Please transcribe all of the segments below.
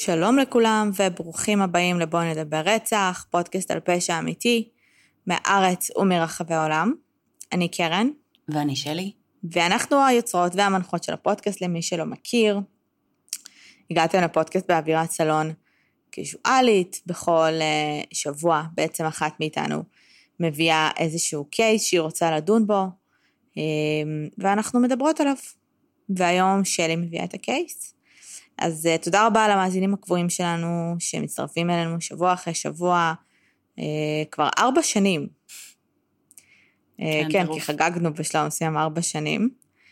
שלום לכולם וברוכים הבאים לבוא נדבר רצח, פודקאסט על פשע אמיתי, מהארץ ומרחבי העולם. אני קרן. ואני שלי. ואנחנו היוצרות והמנחות של הפודקאסט למי שלא מכיר. הגעתם לפודקאסט באווירת סלון קזואלית, בכל שבוע בעצם אחת מאיתנו מביאה איזשהו קייס שהיא רוצה לדון בו, ואנחנו מדברות עליו. והיום שלי מביאה את הקייס. אז תודה רבה למאזינים הקבועים שלנו, שמצטרפים אלינו שבוע אחרי שבוע, כבר 4 שנים. כן, כי חגגנו בשלב מסוים 4 שנים.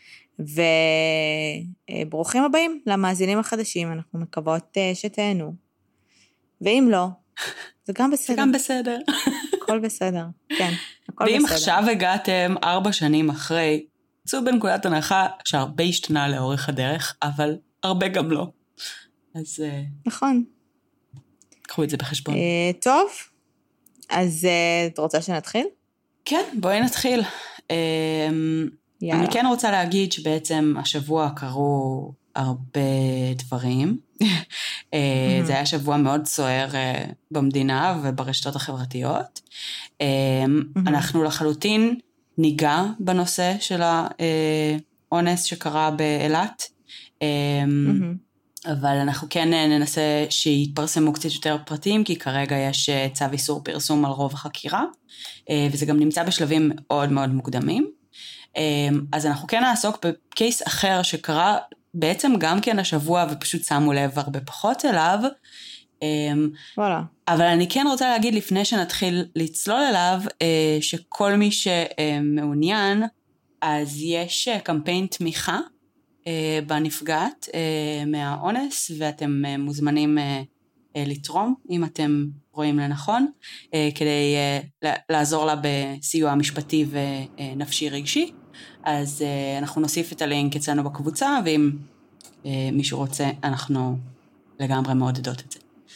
וברוכים הבאים למאזינים החדשים, אנחנו מקוות שתהנו. ואם לא, זה גם בסדר. זה גם בסדר. הכל בסדר, כן, הכל בסדר. ואם עכשיו הגעתם 4 שנים אחרי, צאו בנקודת הנחה שהרבה השתנה לאורך הדרך, אבל הרבה גם לא. אז נכון. קחו את זה בחשבון. טוב, אז את רוצה שנתחיל? כן, בואי נתחיל. אני כן רוצה להגיד שבעצם השבוע קרו הרבה דברים. זה היה שבוע מאוד סוער במדינה וברשתות החברתיות. אנחנו לחלוטין ניגע בנושא של האונס שקרה באילת. אבל אנחנו כן ננסה שיתפרסמו קצת יותר פרטים, כי כרגע יש צו איסור פרסום על רוב החקירה, וזה גם נמצא בשלבים מאוד מאוד מוקדמים. אז אנחנו כן נעסוק בקייס אחר שקרה בעצם גם כן השבוע, ופשוט שמו לב הרבה פחות אליו. וואלה. אבל אני כן רוצה להגיד לפני שנתחיל לצלול אליו, שכל מי שמעוניין, אז יש קמפיין תמיכה, בנפגעת מהאונס, ואתם מוזמנים לתרום, אם אתם רואים לנכון, כדי לעזור לה בסיוע משפטי ונפשי רגשי. אז אנחנו נוסיף את הלינק אצלנו בקבוצה, ואם מישהו רוצה, אנחנו לגמרי מעודדות את זה.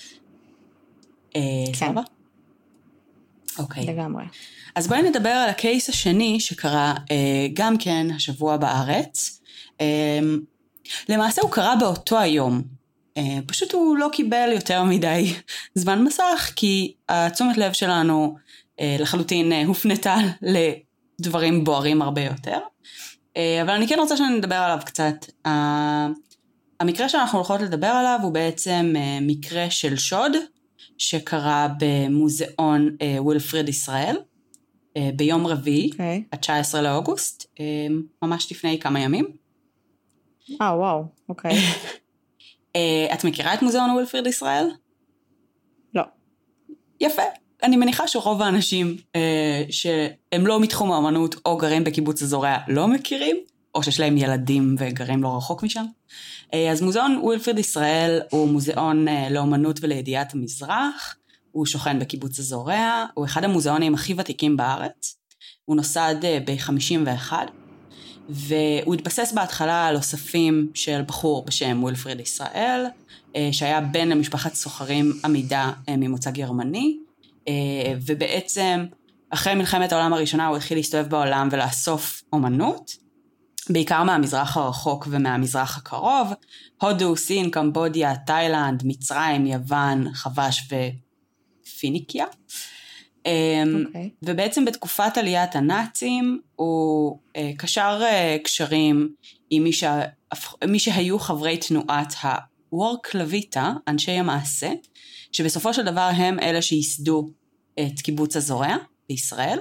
כן. סבבה? אוקיי. לגמרי. אז בואי נדבר על הקייס השני, שקרה גם כן השבוע בארץ. למעשה הוא קרה באותו היום, פשוט הוא לא קיבל יותר מדי זמן מסך, כי התשומת לב שלנו לחלוטין הופנתה לדברים בוערים הרבה יותר, אבל אני כן רוצה שנדבר עליו קצת. המקרה שאנחנו הולכות לדבר עליו הוא בעצם מקרה של שוד, שקרה במוזיאון וילפריד ישראל, ביום רביעי, 19 לאוגוסט, ממש לפני כמה ימים. וואו, אוקיי. את מכירה את מוזיאון וילפריד ישראל? לא. יפה. אני מניחה שרוב האנשים שהם לא מתחום האמנות או גרים בקיבוץ הזורע לא מכירים, או שיש להם ילדים וגרים לא רחוק משם. אז מוזיאון וילפריד ישראל הוא מוזיאון לאמנות ולידיעת המזרח, הוא שוכן בקיבוץ הזורע, הוא אחד המוזיאונים הכי ותיקים בארץ, הוא נוסד ב-51, והוא התבסס בהתחלה על אוספים של בחור בשם וילפריד ישראל, שהיה בן למשפחת סוחרים עמידה ממוצא גרמני, ובעצם אחרי מלחמת העולם הראשונה הוא התחיל להסתובב בעולם ולאסוף אומנות, בעיקר מהמזרח הרחוק ומהמזרח הקרוב, הודו, סין, קמבודיה, תאילנד, מצרים, יוון, חבש ופיניקיה. ובעצם בתקופת עליית הנאצים הוא קשר קשרים עם מי שהיו חברי תנועת הוורקלוויטה, אנשי המעשה, שבסופו של דבר הם אלה שייסדו את קיבוץ הזורע בישראל,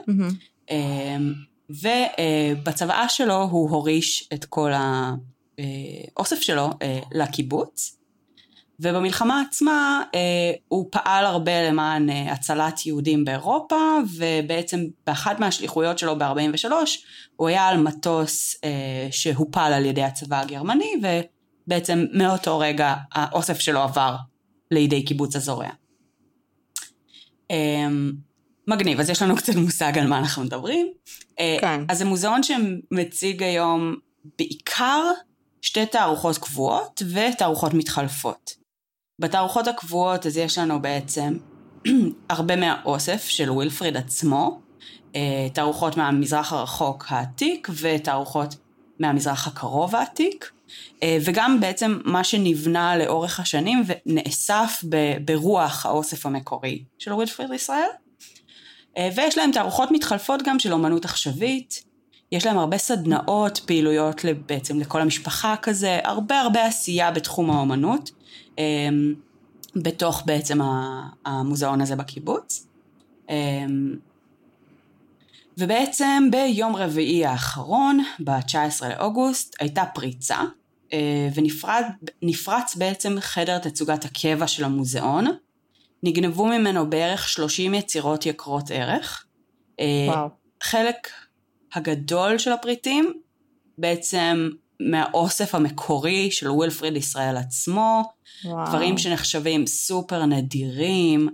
ובצבאה שלו הוא הוריש את כל האוסף שלו לקיבוץ, ובמלחמה עצמה הוא פעל הרבה למען הצלת יהודים באירופה, ובעצם באחת מהשליחויות שלו ב-43 הוא היה על מטוס שהופל על ידי הצבא הגרמני, ובעצם מאותו רגע האוסף שלו עבר לידי קיבוץ הזורע. מגניב, אז יש לנו קצת מושג על מה אנחנו מדברים. כן. אז זה מוזיאון שמציג היום בעיקר 2 תערוכות קבועות ותערוכות מתחלפות. בתערוכות הקבועות אז יש לנו בעצם הרבה מהאוסף של וילפריד עצמו, תערוכות מהמזרח הרחוק העתיק ותערוכות מהמזרח הקרוב העתיק, וגם בעצם מה שנבנה לאורך השנים ונאסף ברוח האוסף המקורי של ווילפריד ישראל. ויש להם תערוכות מתחלפות גם של אומנות עכשווית, יש להם הרבה סדנאות, פעילויות בעצם לכל המשפחה כזה, הרבה עשייה בתחום האומנות, בתוך בעצם המוזיאון הזה בקיבוץ. ובעצם ביום רביעי האחרון, ב-19 לאוגוסט, הייתה פריצה, ונפרץ בעצם חדר תצוגת הקבע של המוזיאון, נגנבו ממנו בערך 30 יצירות יקרות ערך. וואו. חלק הגדול של הפריטים, בעצם מהאוסף המקורי של ווילפריד ישראל עצמו, וואו. דברים שנחשבים סופר נדירים,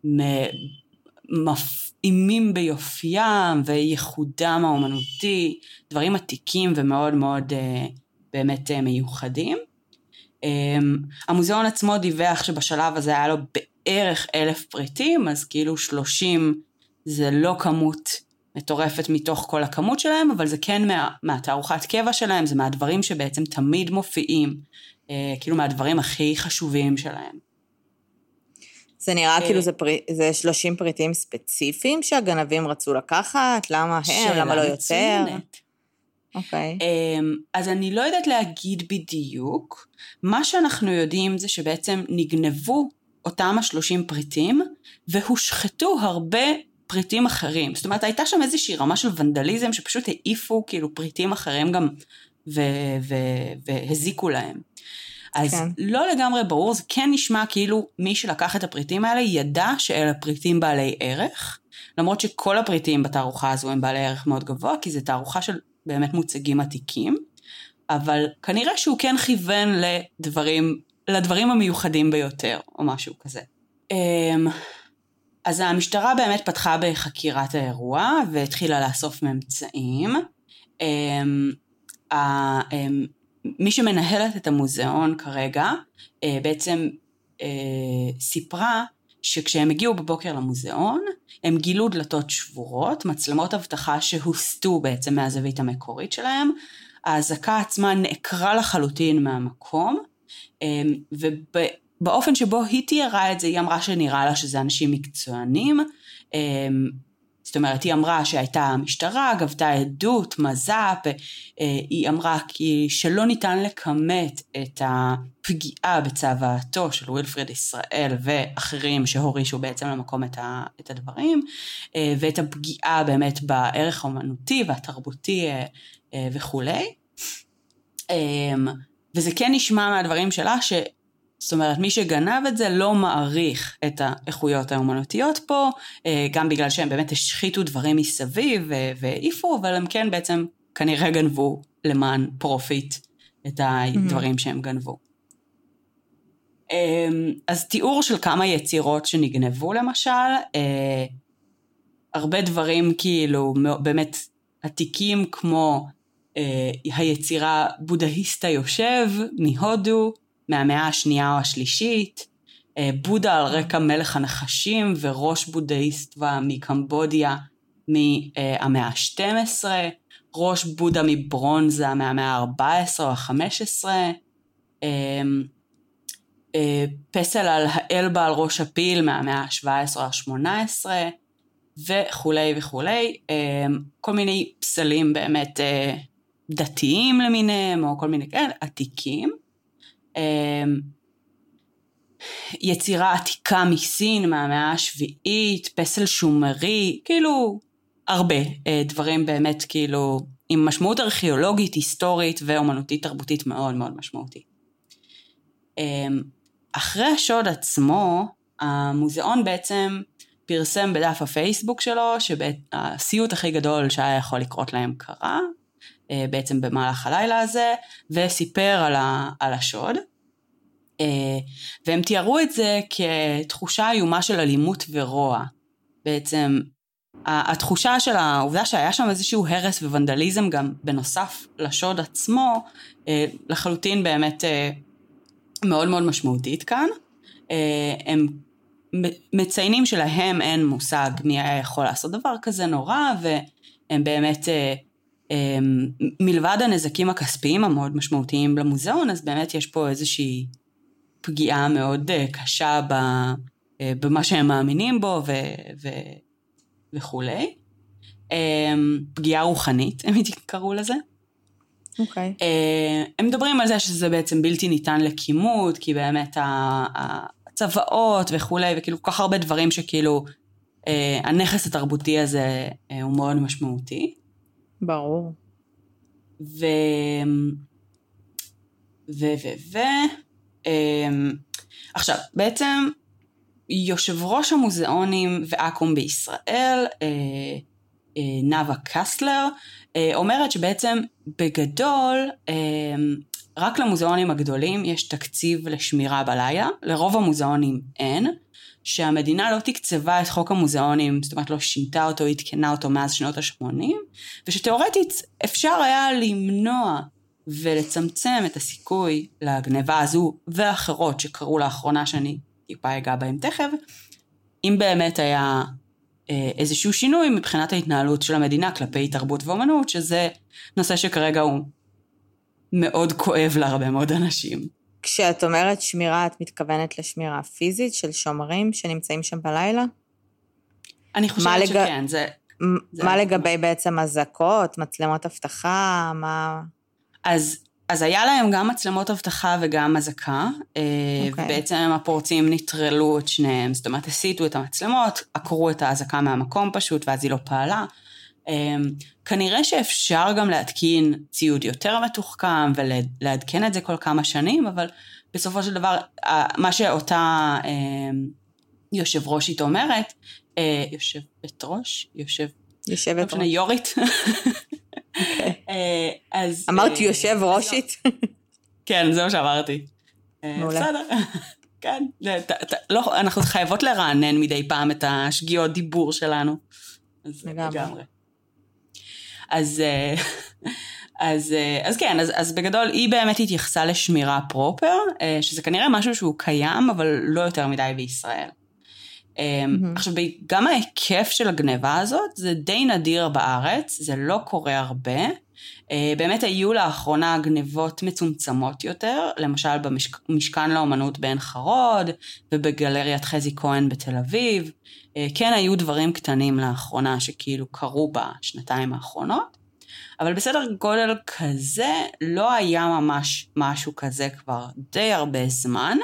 מפעימים ביופיים וייחודם האומנותי, דברים עתיקים ומאוד מאוד באמת מיוחדים. המוזיאון עצמו דיווח שבשלב הזה היה לו בערך 1,000 פריטים, אז כאילו 30 זה לא כמות מטורפת מתוך כל הכמות שלהם, אבל זה כן מהתערוכת קבע שלהם, זה מהדברים שבעצם תמיד מופיעים, כאילו מהדברים הכי חשובים שלהם. זה נראה כאילו זה 30 פריטים ספציפיים שהגנבים רצו לקחת, למה הם, למה לא יותר? אוקיי. אז אני לא יודעת להגיד בדיוק, מה שאנחנו יודעים זה שבעצם נגנבו אותם 30 פריטים, והושחתו הרבה פריטים אחרים. זאת אומרת, הייתה שם איזושהי רמה של ונדליזם, שפשוט העיפו כאילו פריטים אחרים גם, והזיקו להם. אז כן. לא לגמרי ברור, זה כן נשמע כאילו מי שלקח את הפריטים האלה, ידע שאלה פריטים בעלי ערך, למרות שכל הפריטים בתערוכה הזו הם בעלי ערך מאוד גבוה, כי זה תערוכה של באמת מוצגים עתיקים, אבל כנראה שהוא כן כיוון לדברים המיוחדים ביותר, או משהו כזה. אז המשטרה באמת פתחה בחקירת האירוע, והתחילה לאסוף ממצאים. מי שמנהלת את המוזיאון כרגע, בעצם סיפרה שכשהם הגיעו בבוקר למוזיאון, הם גילו דלתות שבורות, מצלמות אבטחה שהוסתו בעצם מהזווית המקורית שלהם, ההזקה עצמה נעקרה לחלוטין מהמקום, ובאופן שבו היא תיארה את זה, היא אמרה שנראה לה שזה אנשים מקצוענים, זאת אומרת, היא אמרה שהייתה המשטרה, גבתה עדות, מז"פ, היא אמרה כי שלא ניתן לכמת את הפגיעה בצוואתו של ווילפריד ישראל ואחרים שהורישו בעצם למקום את הדברים, ואת הפגיעה באמת בערך האמנותי והתרבותי וכו'. וזה כן נשמע מהדברים שלה זאת אומרת, מי שגנב את זה לא מעריך את האיכויות האומנותיות פה, גם בגלל שהם באמת השחיתו דברים מסביב והעיפו, אבל הם כן בעצם כנראה גנבו למען פרופיט את הדברים שהם גנבו. אז תיאור של כמה יצירות שנגנבו למשל, הרבה דברים כאילו באמת עתיקים כמו היצירה בודהיסטה יושב מהודו, מהמאה השנייה או השלישית, בודה על רקע מלך הנחשים וראש בודהיסטווה מקמבודיה מהמאה ה-12, ראש בודה מברונזה מהמאה ה-14 או ה-15, פסל על האל בעל ראש הפיל מהמאה ה-17 או ה-18, וכו' וכו', כל מיני פסלים באמת דתיים למיניהם, או כל מיני כאלה, עתיקים, יצירה עתיקה מסין מהמאה השביעית, פסל שומרי, כאילו הרבה דברים באמת כאילו עם משמעות ארכיאולוגית, היסטורית ואומנותית תרבותית מאוד מאוד משמעותית. אחרי השוד עצמו, המוזיאון בעצם פרסם בדף הפייסבוק שלו שהסיוט הכי גדול שהיה יכול לקרות להם קרה, בעצם במהלך הלילה הזה, וסיפר על השוד, והם תיארו את זה כתחושה איומה של אלימות ורוע. בעצם התחושה של העובדה שהיה שם איזשהו הרס וונדליזם גם בנוסף לשוד עצמו, לחלוטין באמת מאוד מאוד משמעותית כאן. הם מציינים שלהם אין מושג מי היה יכול לעשות דבר כזה נורא, והם באמת מלבד הנזקים הכספיים המאוד משמעותיים למוזיאון, אז באמת יש פה איזושהי פגיעה מאוד קשה במה שהם מאמינים בו וכולי. פגיעה רוחנית, הם קראו לזה. אוקיי. הם מדברים על זה שזה בעצם בלתי ניתן לכימות, כי באמת הצבאות וכולי, וכאילו כל כך הרבה דברים שכאילו הנכס התרבותי הזה הוא מאוד משמעותי. ברור. עכשיו, בעצם יושב ראש המוזיאונים ואקו"ם בישראל, נאוה קסלר, אומרת שבעצם בגדול, רק למוזיאונים הגדולים יש תקציב לשמירה בלילה, לרוב המוזיאונים אין, שהמדינה לא תקצבה את חוק המוזיאונים, זאת אומרת לא שינתה אותו, התקנה אותו מאז שנות ה-80, ושתיאורטית אפשר היה למנוע ולצמצם את הסיכוי לגניבה הזו ואחרות שקרו לאחרונה שאני טיפה אגע בהם תכף, אם באמת היה איזשהו שינוי מבחינת ההתנהלות של המדינה כלפי תרבות ואומנות, שזה נושא שכרגע הוא מאוד כואב להרבה מאוד אנשים. כשאת אומרת שמירה, את מתכוונת לשמירה פיזית של שומרים שנמצאים שם בלילה? אני חושבת שכן. מה לגבי בעצם הזקות, מצלמות אבטחה, מה... אז היה להם גם מצלמות אבטחה וגם הזקה, ובעצם הפורצים נטרלו את שניהם, זאת אומרת, הסיטו את המצלמות, עקרו את ההזקה מהמקום פשוט, ואז היא לא פעלה. כנראה שאפשר גם להתקין ציוד יותר מתוחכם, ולעדכן את זה כל כמה שנים, אבל בסופו של דבר, מה שאותה יושב ראשית אומרת, יושבת ראש, יורית, אמרתי יושב ראשית? כן, זה מה שאמרתי. בסדר, כן. אנחנו חייבות לרענן מדי פעם את השגיאות דיבור שלנו. לגמרי. אז כן, אז בגדול היא באמת התייחסה לשמירה פרופר, שזה כנראה משהו שהוא קיים, אבל לא יותר מדי בישראל. עכשיו, גם ההיקף של הגניבה הזאת, זה די נדיר בארץ, זה לא קורה הרבה, באמת היו לאחרונה גניבות מצומצמות יותר, למשל במשכן לאומנות בעין חרוד, ובגלריית חזי כהן בתל אביב, כן היו דברים קטנים לאחרונה שכאילו קרו בשנתיים האחרונות, אבל בסדר גודל כזה לא היה ממש משהו כזה כבר די הרבה זמן,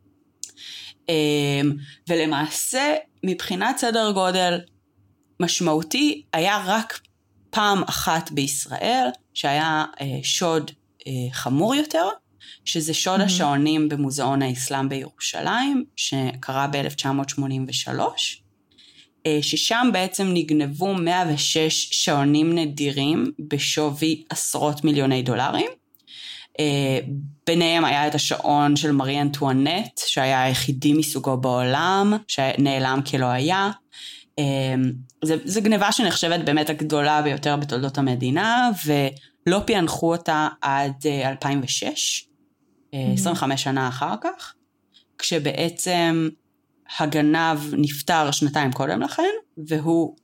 ולמעשה מבחינת סדר גודל משמעותי היה רק פעם אחת בישראל שהיה שוד חמור יותר, שזה שוד השעונים במוזיאון האסלאם בירושלים, שקרה ב-1983, ששם בעצם נגנבו 106 שעונים נדירים בשווי עשרות מיליוני דולרים, ביניהם היה את השעון של מארי אנטואנט, שהיה היחידי מסוגו בעולם, שנעלם כלא היה. זו גניבה שנחשבת באמת הגדולה ביותר בתולדות המדינה, ולא פענחו אותה עד 2006, 25 שנה אחר כך, כשבעצם הגנב נפטר שנתיים קודם לכן, והוא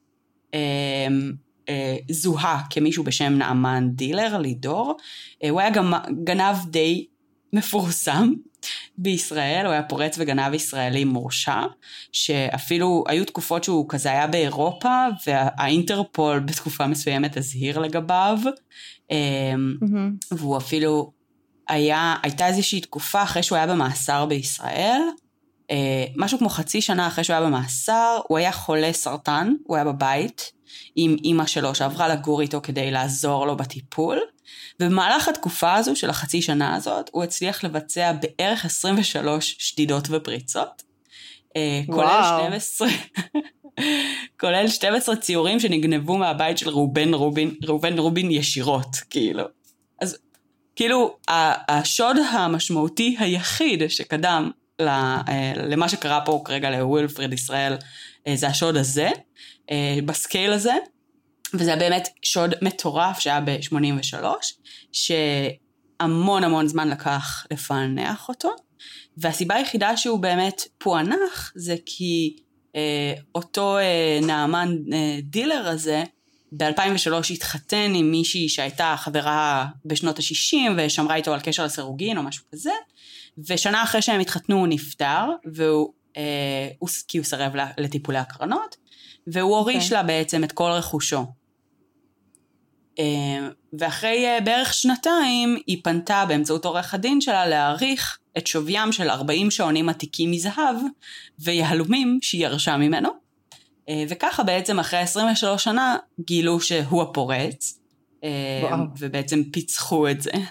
זוהה כמישהו בשם נעמן דילר, לידור. הוא היה גם גנב די מפורסם בישראל, הוא היה פורץ וגנב ישראלי מורשע, שאפילו היו תקופות שהוא כזה היה באירופה, והאינטרפול בתקופה מסוימת הזהיר לגביו, והוא אפילו הייתה איזושהי תקופה אחרי שהוא היה במאסר בישראל, משהו כמו חצי שנה אחרי שהוא היה במאסר, הוא היה חולה סרטן, הוא היה בבית, עם אמא שלו שעברה לגור איתו כדי לעזור לו בטיפול, ובמהלך התקופה הזו של החצי שנה הזאת, הוא הצליח לבצע בערך 23 שדידות ופריצות, כולל 12 ציורים שנגנבו מהבית של ראובן רובין ישירות, כאילו. אז כאילו השוד המשמעותי היחיד שקדם למה שקרה פה כרגע לווילפריד ישראל, זה השוד הזה, בסקייל הזה, וזה באמת שוד מטורף שהיה ב-83, שהמון המון זמן לקח לפענח אותו, והסיבה היחידה שהוא באמת פוענח, זה כי אותו נעמן דילר הזה, ב-2003 התחתן עם מישהי שהייתה חברה בשנות ה-60, ושמרה איתו על קשר לסירוגין או משהו כזה, ושנה אחרי שהם התחתנו הוא נפטר, כי הוא סרב לטיפולי הקרנות, והוא הוריש לה בעצם את כל רכושו. ואחרי בערך שנתיים, היא פנתה באמצעות עורך הדין שלה להעריך את שוויים של 40 שעונים עתיקים מזהב, ויהלומים שהיא ירשה ממנו, וככה בעצם אחרי 23 שנה גילו שהוא הפורץ, ובעצם פיצחו את זה.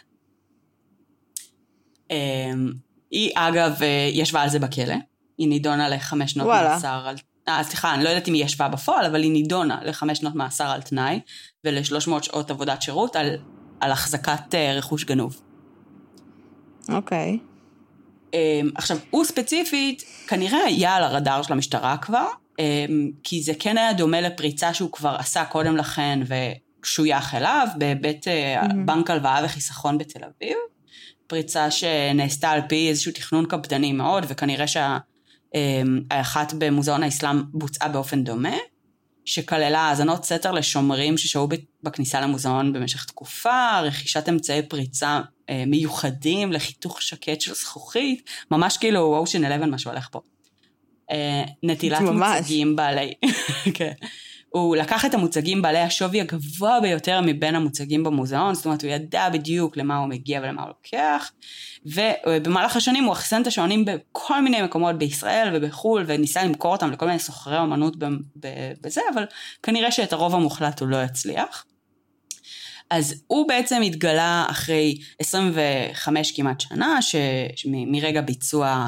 היא אגב ישבה על זה בכלא, היא נידונה ל5 שנות מאסר על... סליחה, אני לא יודעת אם היא ישבה בפועל, אבל היא נידונה ל5 שנות מאסר על תנאי, ול300 שעות עבודת שירות על החזקת רכוש גנוב. אוקיי. עכשיו, הוא ספציפית, כנראה היה על הרדאר של המשטרה כבר, כי זה כן היה דומה לפריצה שהוא כבר עשה קודם לכן, ושוייך אליו, בבית בנק הלוואה וחיסכון בתל אביב, פריצה שנעשתה על פי איזשהו תכנון קפדני מאוד, וכנראה האחת במוזיאון האסלאם בוצעה באופן דומה, שכללה האזנות סתר לשומרים ששהו בכניסה למוזיאון במשך תקופה, רכישת אמצעי פריצה מיוחדים לחיתוך שקט של זכוכית, ממש כאילו אושן 11 מה שהולך פה. נטילת מוצגים בעלי, כן. הוא לקח את המוצגים בעלי השווי הגבוה ביותר מבין המוצגים במוזיאון, זאת אומרת הוא ידע בדיוק למה הוא מגיע ולמה הוא לוקח, ובמהלך השנים הוא אחסן את השעונים בכל מיני מקומות בישראל ובחול, וניסה למכור אותם לכל מיני סוחרי אומנות בזה, אבל כנראה שאת הרוב המוחלט הוא לא יצליח. אז הוא בעצם התגלה אחרי 25 כמעט שנה, מרגע ביצוע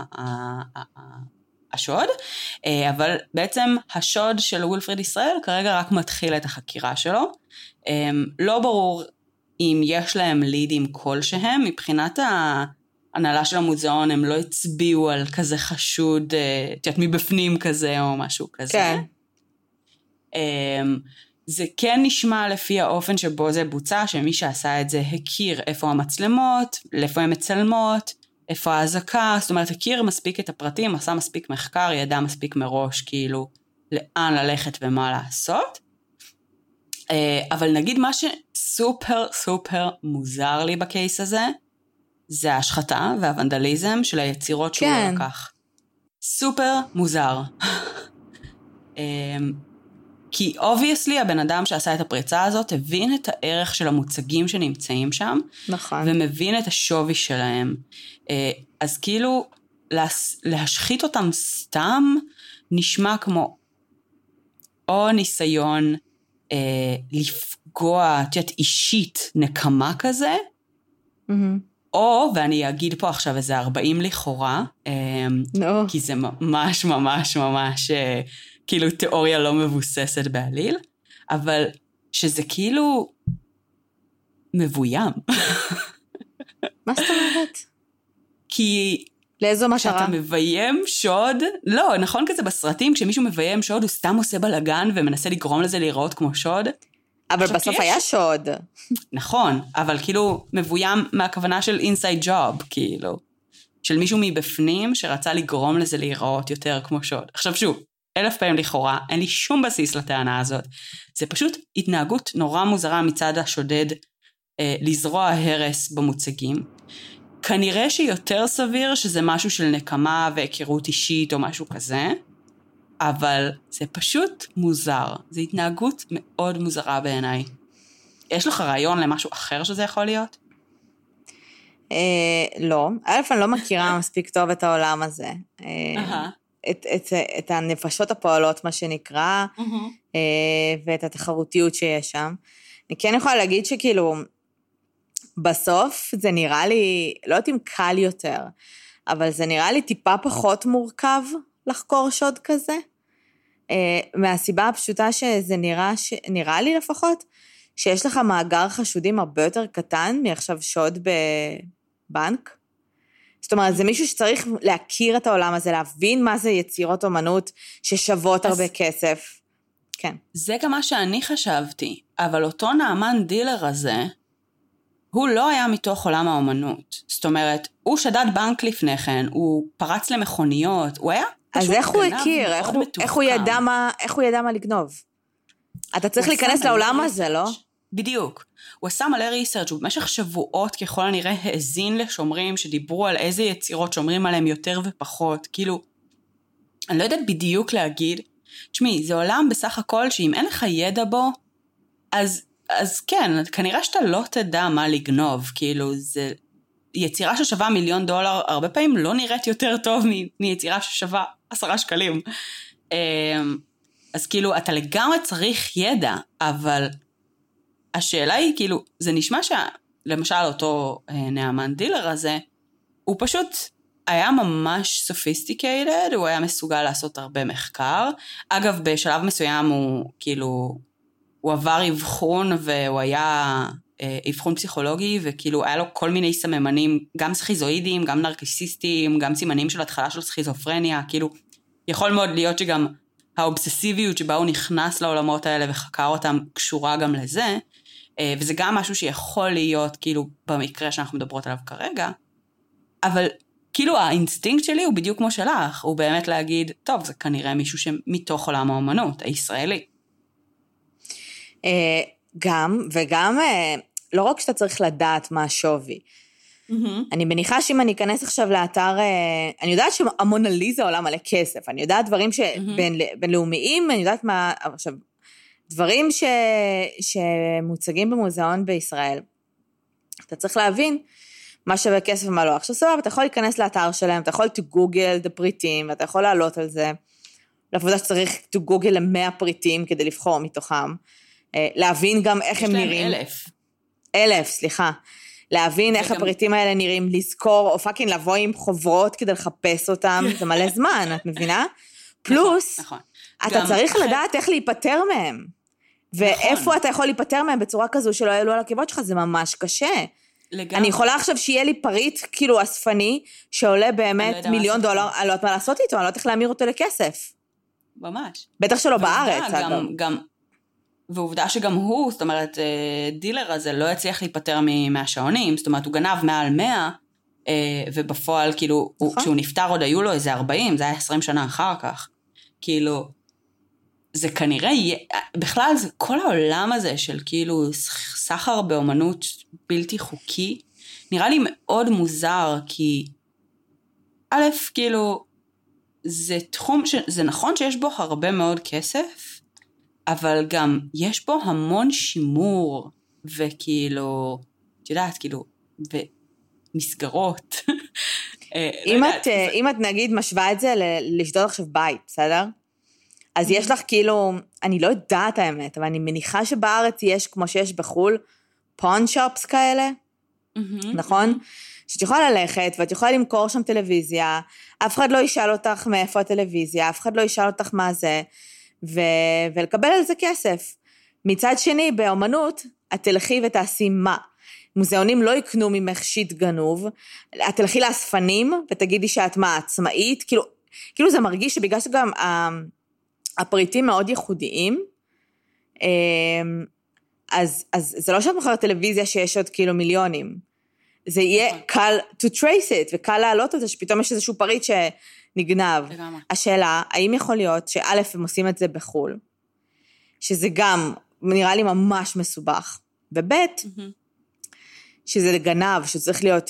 השוד, אבל בעצם השוד של וילפריד ישראל כרגע רק מתחיל את החקירה שלו. לא ברור אם יש להם לידים כלשהם, מבחינת ההנהלה של המוזיאון הם לא הצביעו על כזה חשוד, מבפנים כזה או משהו כזה. כן. זה כן נשמע לפי האופן שבו זה בוצע, שמי שעשה את זה הכיר איפה המצלמות, לאיפה הן מצלמות, איפה ההזקה, זאת אומרת, הכיר מספיק את הפרטים, עשה מספיק מחקר, ידע מספיק מראש, כאילו, לאן ללכת ומה לעשות. אבל נגיד מה שסופר סופר מוזר לי בקייס הזה, זה ההשחתה והוונדליזם של היצירות שהוא לקח. סופר מוזר. כי obviously הבן אדם שעשה את הפריצה הזאת הבין את הערך של המוצגים שנמצאים שם, נכון. ומבין את השווי שלהם. אז כאילו להשחית אותם סתם נשמע כמו או ניסיון לפגוע אישית נקמה כזה, או, ואני אגיד פה עכשיו איזה 40 לכאורה, כי זה ממש ממש ממש כאילו תיאוריה לא מבוססת בעליל, אבל שזה כאילו מבוים. מה זאת אומרת? כי לאיזו מטרה? כשאתה מביים שוד, לא, נכון כזה בסרטים, כשמישהו מביים שוד, הוא סתם עושה בלגן ומנסה לגרום לזה להיראות כמו שוד. אבל בסוף היה שוד. נכון, אבל כאילו מבוים מהכוונה של inside job, כאילו, של מישהו מבפנים שרצה לגרום לזה להיראות יותר כמו שוד. עכשיו שוב, 1000 פעמים לכאורה, אין לי שום בסיס לטענה הזאת. זה פשוט התנהגות נורא מוזרה מצד השודד לזרוע הרס במוצגים. כנראה שיותר סביר שזה משהו של נקמה והיכרות אישית או משהו כזה, אבל זה פשוט מוזר. זה התנהגות מאוד מוזרה בעיניי. יש לך רעיון למשהו אחר שזה יכול להיות? לא. אני לא מכירה מספיק טוב את העולם הזה. את הנפשות הפועלות, מה שנקרא, ואת התחרותיות שיש שם. אני כן יכולה להגיד שכאילו, בסוף זה נראה לי, לא יודעת אם קל יותר, אבל זה נראה לי טיפה פחות מורכב לחקור שוד כזה, מהסיבה הפשוטה שזה נראה לי לפחות, שיש לך מאגר חשודים הרבה יותר קטן, מעכשיו שוד בבנק, זאת אומרת, זה מישהו שצריך להכיר את העולם הזה, להבין מה זה יצירות אומנות ששוות הרבה כסף. כן. זה גם מה שאני חשבתי, אבל אותו נאמן דילר הזה, הוא לא היה מתוך עולם האומנות. זאת אומרת, הוא שדד בנק לפני כן, הוא פרץ למכוניות, הוא היה פשוט אז איך הוא הכיר? איך הוא ידע מה לגנוב? אתה צריך להיכנס לעולם הזה, לא? בדיוק. הוא עשה מלא ריסרצ', הוא במשך שבועות ככל הנראה האזין לשומרים שדיברו על איזה יצירות שומרים עליהם יותר ופחות, כאילו, אני לא יודעת בדיוק להגיד, תשמעי, זה עולם בסך הכל שאם אין לך ידע בו, אז כן, כנראה שאתה לא תדע מה לגנוב, כאילו, זה יצירה ששווה $1,000,000, הרבה פעמים לא נראית יותר טוב מיצירה ששווה 10 שקלים. אז כאילו, אתה לגמרי צריך ידע, אבל השאלה היא, כאילו, זה נשמע למשל אותו נאמן דילר הזה, הוא פשוט היה ממש סופיסטיקייטד, הוא היה מסוגל לעשות הרבה מחקר. אגב, בשלב מסוים הוא כאילו, הוא עבר אבחון, והוא היה אבחון פסיכולוגי, וכאילו היה לו כל מיני סממנים, גם סכיזואידים, גם נרקיסיסטים, גם סימנים של התחלה של סכיזופרניה, כאילו, יכול מאוד להיות שגם האובססיביות שבה הוא נכנס לעולמות האלה וחקר אותם קשורה גם לזה, וזה גם משהו שיכול להיות כאילו במקרה שאנחנו מדברות עליו כרגע, אבל כאילו האינסטינקט שלי הוא בדיוק כמו שלך, הוא באמת להגיד, טוב, זה כנראה מישהו שמתוך עולם האומנות, הישראלי. גם, וגם, לא רק שאתה צריך לדעת מה השווי, אני מניחה שאם אני אכנס עכשיו לאתר, אני יודעת שהמונליזה עולה מלא כסף, אני יודעת דברים בינלאומיים, אני יודעת מה, עכשיו, דברים שמוצגים במוזיאון בישראל, אתה צריך להבין מה שווה כסף ומה לא. עכשיו סבבה, אתה יכול להיכנס לאתר שלהם, אתה יכול to google the פריטים, ואתה יכול לעלות על זה, לעבודה שצריך to google 100 פריטים כדי לבחור מתוכם, להבין גם איך הם נראים. יש להם 1,000. סליחה. להבין איך הפריטים האלה נראים, לזכור, או פאקינג לבוא עם חוברות כדי לחפש אותם, זה מלא זמן, את מבינה? פלוס, אתה צריך לדעת איך להיפטר מהם. ואיפה אתה יכול להיפטר מהם בצורה כזו שלא יעלו על הקיבות שלך, זה ממש קשה. אני יכולה עכשיו שיהיה לי פריט כאילו אספני, שעולה באמת $1,000,000, אני לא יודעת מה לעשות איתו, אני לא יודעת איך להמיר אותו לכסף. ממש. בטח שלא בארץ. ועובדה שגם הוא, זאת אומרת, דילר הזה לא הצליח להיפטר מהשעונים, זאת אומרת, הוא גנב מעל 100, ובפועל, כאילו, כשהוא נפטר עוד היו לו איזה 40, זה היה 20 שנה אחר כך. כאילו, זה כנראה, בכלל זה כל העולם הזה של כאילו סחר באומנות בלתי חוקי, נראה לי מאוד מוזר, כי א', כאילו, זה תחום, זה נכון שיש בו הרבה מאוד כסף, אבל גם יש בו המון שימור, וכאילו, את יודעת, כאילו, ומסגרות. אם את נגיד משווה את זה לשדוד עכשיו בית, בסדר? אז יש לך כאילו, אני לא יודעת האמת, אבל אני מניחה שבארץ יש, כמו שיש בחול, פון שופס כאלה, נכון? שאת יכולה ללכת, ואת יכולה למכור שם טלוויזיה, אף אחד לא ישאל אותך מאיפה הטלוויזיה, אף אחד לא ישאל אותך מה זה, ולקבל על זה כסף. מצד שני, באומנות, את תלכי ותעשי מה? מוזיאונים לא יקנו ממך שיט גנוב, את תלכי לאספנים, ותגידי שאת מה, עצמאית, כאילו זה מרגיש שבגלל שגם הפריטים מאוד ייחודיים, אז זה לא שאת מוכרת טלוויזיה שיש עוד כאילו מיליונים, זה יהיה קל to trace it, וקל להעלות את זה, שפתאום יש איזשהו פריט שנגנב. השאלה, האם יכול להיות שא' הם עושים את זה בחול, שזה גם נראה לי ממש מסובך, וב' שזה גנב, שצריך להיות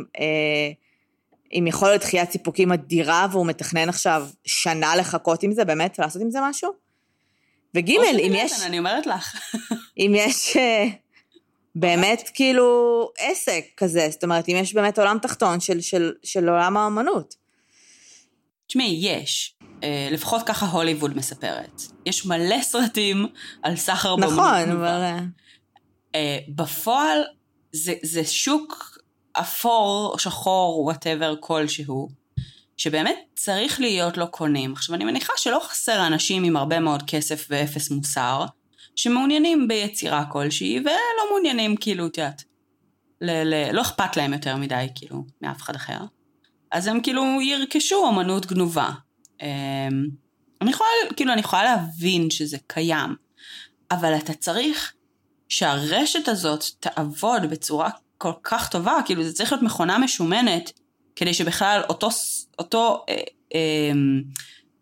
עם יכול להיות דחיית סיפוקים אדירה, והוא מתכנן עכשיו שנה לחכות עם זה, באמת, ולעשות עם זה משהו. וג' אם יש... אני אומרת לך. אם יש באמת כאילו עסק כזה, זאת אומרת, אם יש באמת עולם תחתון של עולם האמנות. תשמעי, יש. לפחות ככה הוליווד מספרת. יש מלא סרטים על סחר באמנות. נכון, אבל... בפועל, זה שוק אפור, שחור, whatever, כלשהו, שבאמת צריך להיות לו קונים. עכשיו, אני מניחה שלא חסר אנשים עם הרבה מאוד כסף ואפס מוסר, שמעוניינים ביצירה כלשהי, ולא מעוניינים, כאילו, תיאת, לא אכפת להם יותר מדי, כאילו, מאף אחד אחר. אז הם כאילו ירכשו אמנות גנובה. אני יכולה להבין שזה קיים, אבל אתה צריך שהרשת הזאת תעבוד בצורה כל כך טובה, כאילו זה צריך להיות מכונה משומנת, כדי שבכלל אותו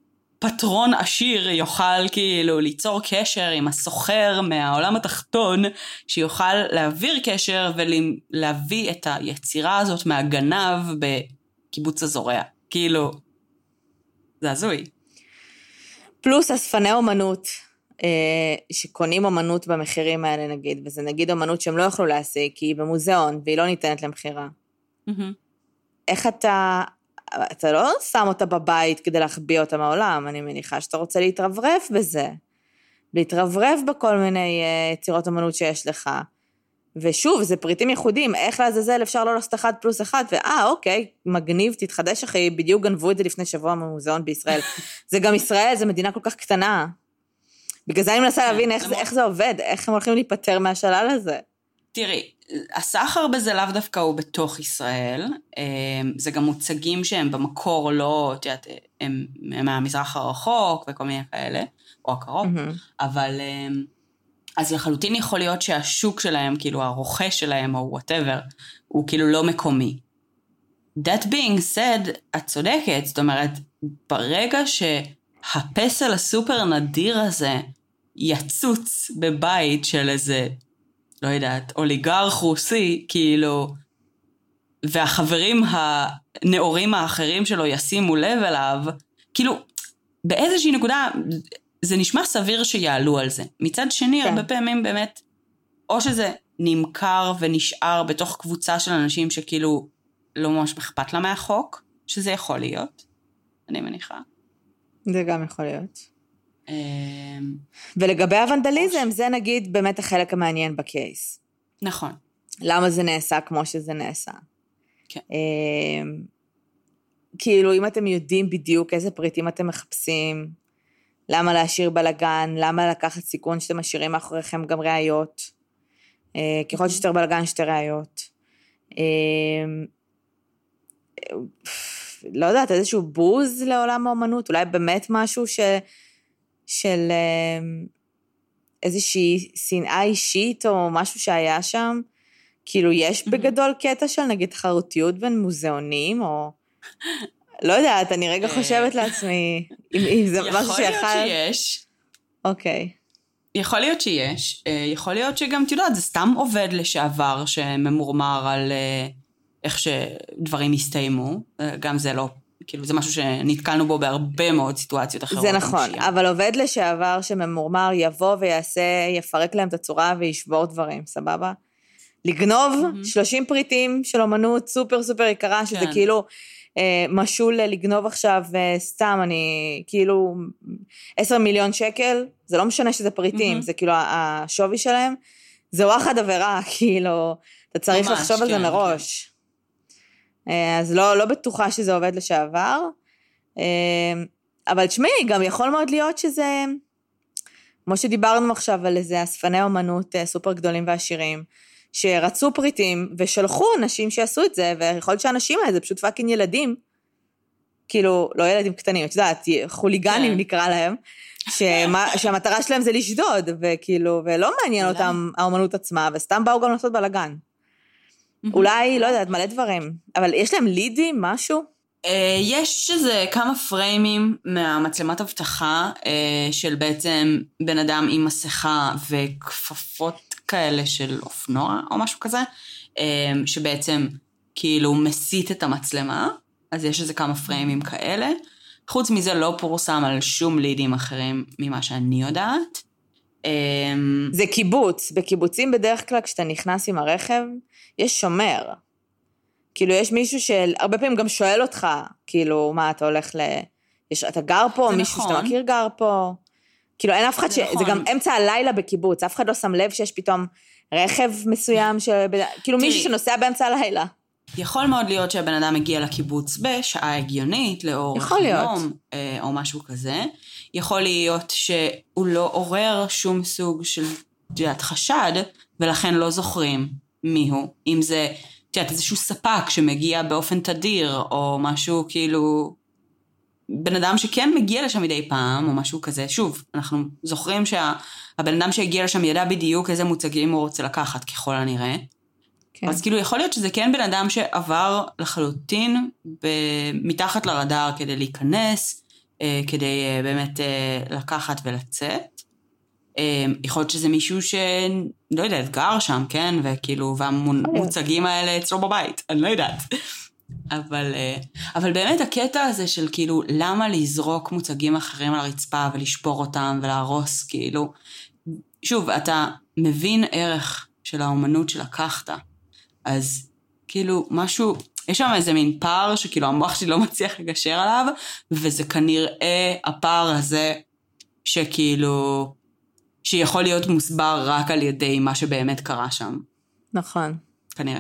פטרון עשיר יוכל כאילו ליצור קשר עם הסוחר מהעולם התחתון, שיוכל להעביר קשר ולהביא את היצירה הזאת מהגנב בקיבוץ הזורע. כאילו, זה הזוי. פלוס אספני אומנות, שקונים אומנות במחירים האלה נגיד, וזה נגיד אומנות שהם לא יכלו להשיג, כי היא במוזיאון והיא לא ניתנת למחירה. איך אתה לא שם אותה בבית כדי להחביא אותה מהעולם, אני מניחה שאתה רוצה להתרברף בזה, להתרברף בכל מיני יצירות אומנות שיש לך, ושוב, זה פריטים ייחודיים, איך לעזאזל אפשר לא לעשות 1+1, אוקיי, מגניב, תתחדש אחי, בדיוק גנבו את זה לפני שבוע במוזיאון בישראל, זה גם ישראל, זה מדינה כל כך קטנה, בגלל זה אני מנסה להבין איך זה עובד, איך הם הולכים להיפטר מהשלל הזה. תראי, הסחר בזה לאו דווקא הוא בתוך ישראל, זה גם מוצגים שהם במקור לא, תיאת, הם מהמזרח הרחוק וכל מיני כאלה, או הקרוב, אבל אז לחלוטין יכול להיות שהשוק שלהם, כאילו הרוכש שלהם או whatever, הוא כאילו לא מקומי. That being said, את צודקת, זאת אומרת, ברגע שהפסל הסופר נדיר הזה יצוץ בבית של איזה, לא יודעת, אוליגרך רוסי, כאילו, והחברים הנאורים האחרים שלו ישימו לב אליו, כאילו, באיזושהי נקודה, זה נשמע סביר שיעלו על זה. מצד שני, כן. הרבה פעמים באמת, או שזה נמכר ונשאר בתוך קבוצה של אנשים שכאילו לא ממש אכפת לה מהחוק, שזה יכול להיות, אני מניחה. זה גם יכול להיות. ולגבי הוונדליזם, זה נגיד באמת החלק המעניין בקייס. נכון. למה זה נעשה כמו שזה נעשה. כן. כאילו, אם אתם יודעים בדיוק איזה פריטים אתם מחפשים, למה להשאיר בלגן, למה לקחת סיכון שאתם משאירים מאחוריכם גם ראיות, ככל שיותר בלגן שתי ראיות. לא יודעת, איזשהו בוז לעולם האומנות, אולי באמת משהו של איזושהי שנאה אישית או משהו שהיה שם, כאילו יש בגדול קטע של נגיד תחרותיות בין מוזיאונים או לא יודעת, אני רגע חושבת לעצמי אם זה משהו שיכול... יכול להיות שיש. אוקיי. יכול להיות שיש, יכול להיות שגם תדעת, זה סתם עובד לשעבר שממורמר על איך שדברים הסתיימו, גם זה לא כאילו זה משהו שנתקלנו בו בהרבה מאוד סיטואציות אחרות. זה נכון, אבל עובד לשעבר שממורמר יבוא ויעשה, יפרק להם את הצורה וישבור דברים, סבבה? לגנוב 30 פריטים של אומנות סופר סופר יקרה, שזה כאילו משול לגנוב עכשיו סתם, אני כאילו 10 מיליון שקל, זה לא משנה שזה פריטים, זה כאילו השווי שלהם, זה וואחד עבירה, כאילו, אתה צריך לחשוב על זה מראש. אז לא בטוחה שזה עובד לשעבר, אבל תשמעי, גם יכול מאוד להיות שזה, כמו שדיברנו עכשיו על איזה אספני אומנות סופר גדולים ועשירים, שרצו פריטים ושלחו אנשים שיעשו את זה, ויכול להיות שהאנשים האלה זה פשוט פאקינג ילדים, כאילו, לא ילדים קטנים, את יודעת, חוליגנים נקרא להם, שהמטרה שלהם זה לשדוד, וכאילו, ולא מעניין אותם האומנות עצמה, וסתם באו גם לעשות בלגן. אולי, לא יודעת, מלא דברים. אבל יש להם לידים, משהו? יש שזה כמה פריימים מהמצלמת הבטחה, של בעצם בן אדם עם מסכה וכפפות כאלה של אופנוע, או משהו כזה, שבעצם כאילו מסית את המצלמה, אז יש איזה כמה פריימים כאלה. חוץ מזה לא פורסם על שום לידים אחרים ממה שאני יודעת. זה קיבוץ. בקיבוצים בדרך כלל כשאתה נכנס עם הרכב, יש שומר. כאילו יש מישהו שהרבה פעמים גם שואל אותך, כאילו מה אתה הולך אתה גר פה, מישהו שאתה מכיר גר פה. כאילו אין אף אחד זה גם אמצע הלילה בקיבוץ, אף אחד לא שם לב שיש פתאום רכב מסוים, כאילו מישהו שנוסע באמצע הלילה. יכול מאוד להיות שהבן אדם הגיע לקיבוץ בשעה הגיונית, לאורך היום, או משהו כזה. יכול להיות שהוא לא עורר שום סוג של חשד, ולכן לא זוכרים מיהו. אם זה, איזשהו ספק שמגיע באופן תדיר, או משהו כאילו, בן אדם שכן מגיע לשם מדי פעם, או משהו כזה. שוב, אנחנו זוכרים שהבן אדם שהגיע לשם ידע בדיוק איזה מוצגים הוא רוצה לקחת, ככל הנראה. כן. אז כאילו יכול להיות שזה כן בן אדם שעבר לחלוטין מתחת לרדאר כדי להיכנס, כדי באמת לקחת ולצאת. יכול להיות שזה מישהו לא יודעת, גר שם, כן? וכאילו, והמוצגים האלה אצלו בבית, אני לא יודעת. אבל באמת הקטע הזה של כאילו, למה לזרוק מוצגים אחרים על הרצפה ולשפור אותם ולהרוס, כאילו, שוב, אתה מבין ערך של האומנות שלקחת, אז כאילו משהו, יש שם איזה מין פער שכאילו המוח שלי לא מצליח לגשר עליו, וזה כנראה הפער הזה שכאילו, שיכול להיות מוסבר רק על ידי מה שבאמת קרה שם. נכון. כנראה.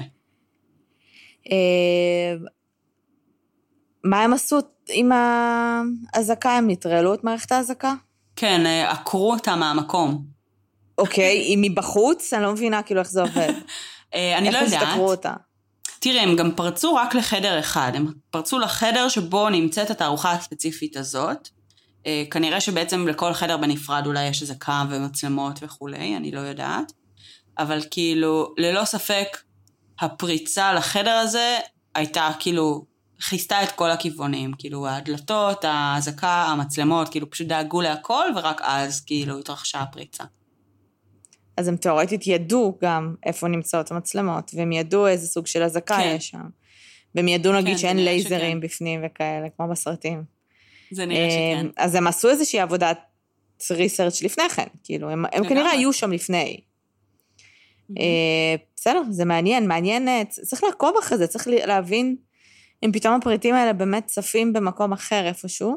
מה הם עשו עם ההזקה? הם נטרלו את מערכת ההזקה? כן, עקרו אותה מהמקום. אוקיי, היא מבחוץ? אני לא מבינה כאילו איך זה עובד. אני לא יודעת. איך הסתכרו אותה? תראה, הם גם פרצו רק לחדר אחד. הם פרצו לחדר שבו נמצאת התערוכה הספציפית הזאת. כנראה שבעצם לכל חדר בנפרד אולי יש איזה קו ומצלמות וכולי, אני לא יודעת. אבל כאילו, ללא ספק, הפריצה לחדר הזה הייתה כאילו, חיסתה את כל הכיוונים. כאילו, הדלתות, ההזקה, המצלמות, כאילו פשוט דאגו להכל, ורק אז כאילו התרחשה הפריצה. אז הם תיאורטית ידעו גם איפה נמצאות המצלמות, והם ידעו איזה סוג של הזקה כן. יש שם. והם ידעו נגיד כן, שאין זה נראה לייזרים שכן. בפנים וכאלה, כמו בסרטים. זה נראה שכן. אז הם עשו איזושהי עבודת ריסרצ' לפני כן, כאילו, הם כנראה היו שם לפני. בסדר, זה מעניין, צריך לעקוב אחרי זה, צריך להבין אם פתאום הפריטים האלה באמת צפים במקום אחר איפשהו.